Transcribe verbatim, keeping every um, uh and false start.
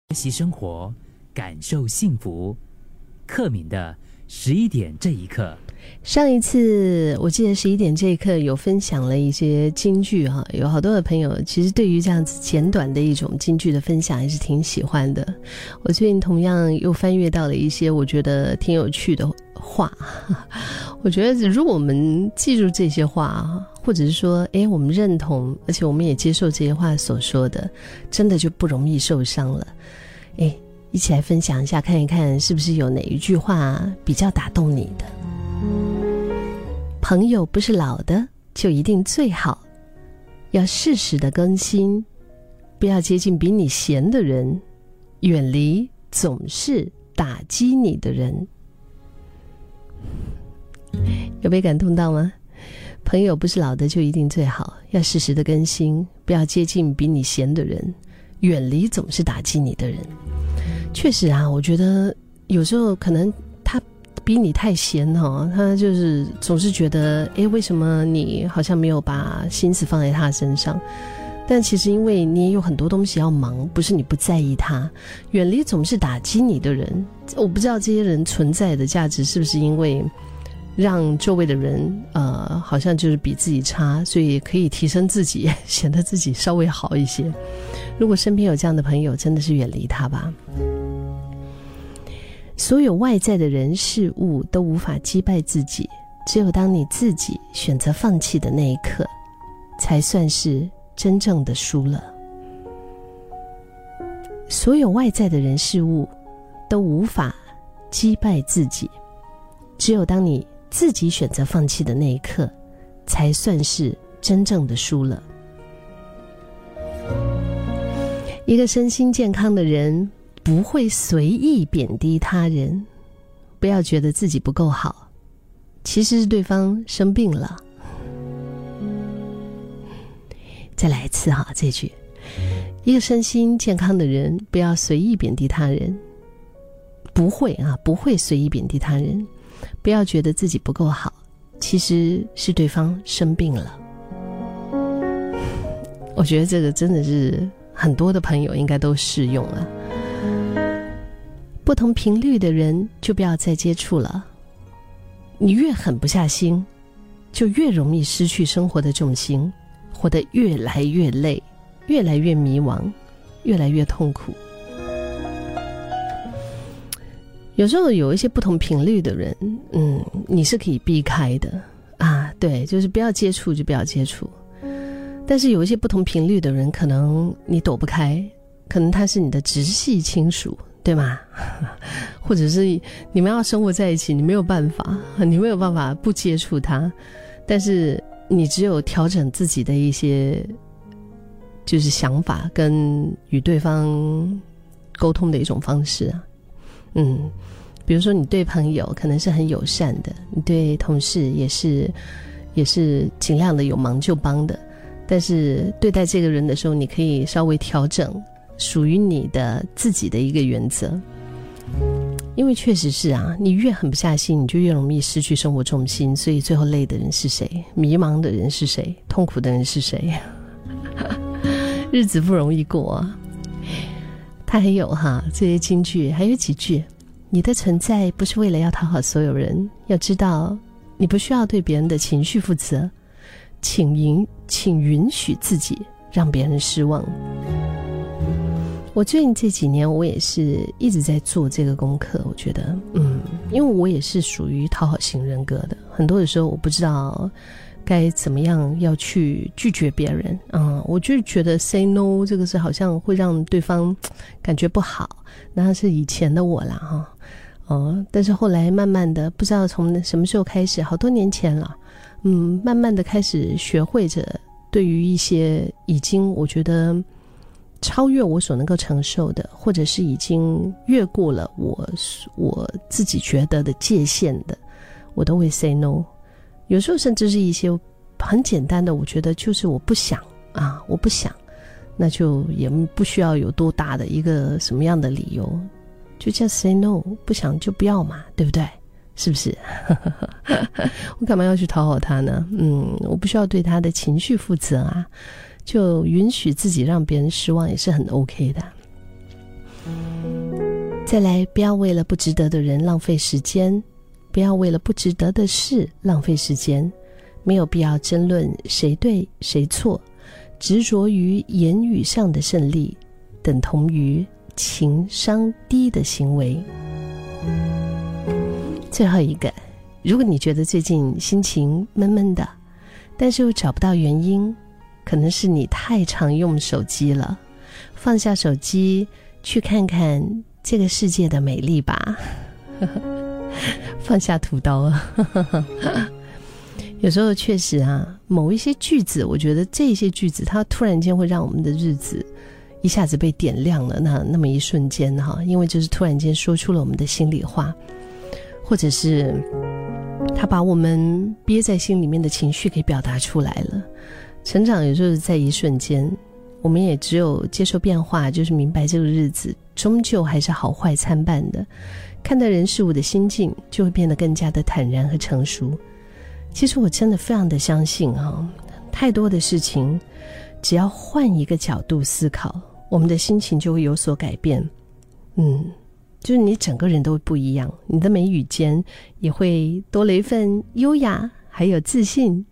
学习生活，感受幸福。克敏的十一点这一刻。 上一次我记得十一点这一刻有分享了一些金句哈，有好多的朋友其实对于这样子简短的一种金句的分享也是挺喜欢的。我最近同样又翻阅到了一些我觉得挺有趣的话，我觉得如果我们记住这些话，或者是说诶我们认同，而且我们也接受这些话所说的，真的就不容易受伤了。诶一起来分享一下，看一看是不是有哪一句话比较打动你的。朋友不是老的就一定最好，要适时的更新，不要接近比你闲的人，远离总是打击你的人。有被感动到吗？朋友不是老的就一定最好，要适时的更新，不要接近比你闲的人，远离总是打击你的人。确实啊，我觉得有时候可能他比你太闲哦，他就是总是觉得诶为什么你好像没有把心思放在他身上，但其实因为你也有很多东西要忙，不是你不在意他。远离总是打击你的人，我不知道这些人存在的价值是不是因为让周围的人呃，好像就是比自己差，所以可以提升自己，显得自己稍微好一些。如果身边有这样的朋友，真的是远离他吧。所有外在的人事物都无法击败自己，只有当你自己选择放弃的那一刻，才算是真正的输了。所有外在的人事物都无法击败自己，只有当你自己选择放弃的那一刻，才算是真正的输了。一个身心健康的人不会随意贬低他人，不要觉得自己不够好，其实是对方生病了。再来一次哈，这句，一个身心健康的人不要随意贬低他人，不会啊，不会随意贬低他人，不要觉得自己不够好，其实是对方生病了。我觉得这个真的是很多的朋友应该都适用了。不同频率的人就不要再接触了，你越狠不下心，就越容易失去生活的重心，活得越来越累，越来越迷茫，越来越痛苦。有时候有一些不同频率的人，嗯，你是可以避开的啊，对，就是不要接触就不要接触。但是有一些不同频率的人，可能你躲不开，可能他是你的直系亲属，对吗？或者是你们要生活在一起，你没有办法，你没有办法不接触他，但是你只有调整自己的一些就是想法跟与对方沟通的一种方式啊。嗯，比如说你对朋友可能是很友善的，你对同事也是也是尽量的有忙就帮的，但是对待这个人的时候，你可以稍微调整属于你的自己的一个原则。因为确实是啊，你越狠不下心，你就越容易失去生活重心，所以最后累的人是谁？迷茫的人是谁？痛苦的人是谁？日子不容易过啊。他还有哈这些金句，还有几句，你的存在不是为了要讨好所有人，要知道你不需要对别人的情绪负责，请允请允许自己让别人失望。我最近这几年我也是一直在做这个功课，我觉得嗯，因为我也是属于讨好型人格的，很多的时候我不知道该怎么样要去拒绝别人，嗯，我就觉得 say no 这个是好像会让对方感觉不好，那是以前的我啦哈，哦，但是后来慢慢的不知道从什么时候开始，好多年前了，嗯，慢慢的开始学会着对于一些已经我觉得超越我所能够承受的，或者是已经越过了我我自己觉得的界限的，我都会 say no。有时候甚至是一些很简单的，我觉得就是我不想啊，我不想，那就也不需要有多大的一个什么样的理由，就叫 say no， 不想就不要嘛，对不对？是不是？我干嘛要去讨好他呢？嗯，我不需要对他的情绪负责啊，就允许自己让别人失望也是很 OK 的。 再来，不要为了不值得的人浪费时间，不要为了不值得的事浪费时间，没有必要争论谁对谁错，执着于言语上的胜利，等同于情商低的行为。最后一个，如果你觉得最近心情闷闷的，但是又找不到原因，可能是你太常用手机了，放下手机，去看看这个世界的美丽吧。放下屠刀。有时候确实啊，某一些句子，我觉得这些句子它突然间会让我们的日子一下子被点亮了，那那么一瞬间哈，因为就是突然间说出了我们的心里话，或者是他把我们憋在心里面的情绪给表达出来了。成长有时候在一瞬间，我们也只有接受变化，就是明白这个日子终究还是好坏参半的，看待人事物的心境就会变得更加的坦然和成熟。其实我真的非常的相信哈，太多的事情只要换一个角度思考，我们的心情就会有所改变。嗯，就是你整个人都会不一样，你的眉宇间也会多了一份优雅还有自信。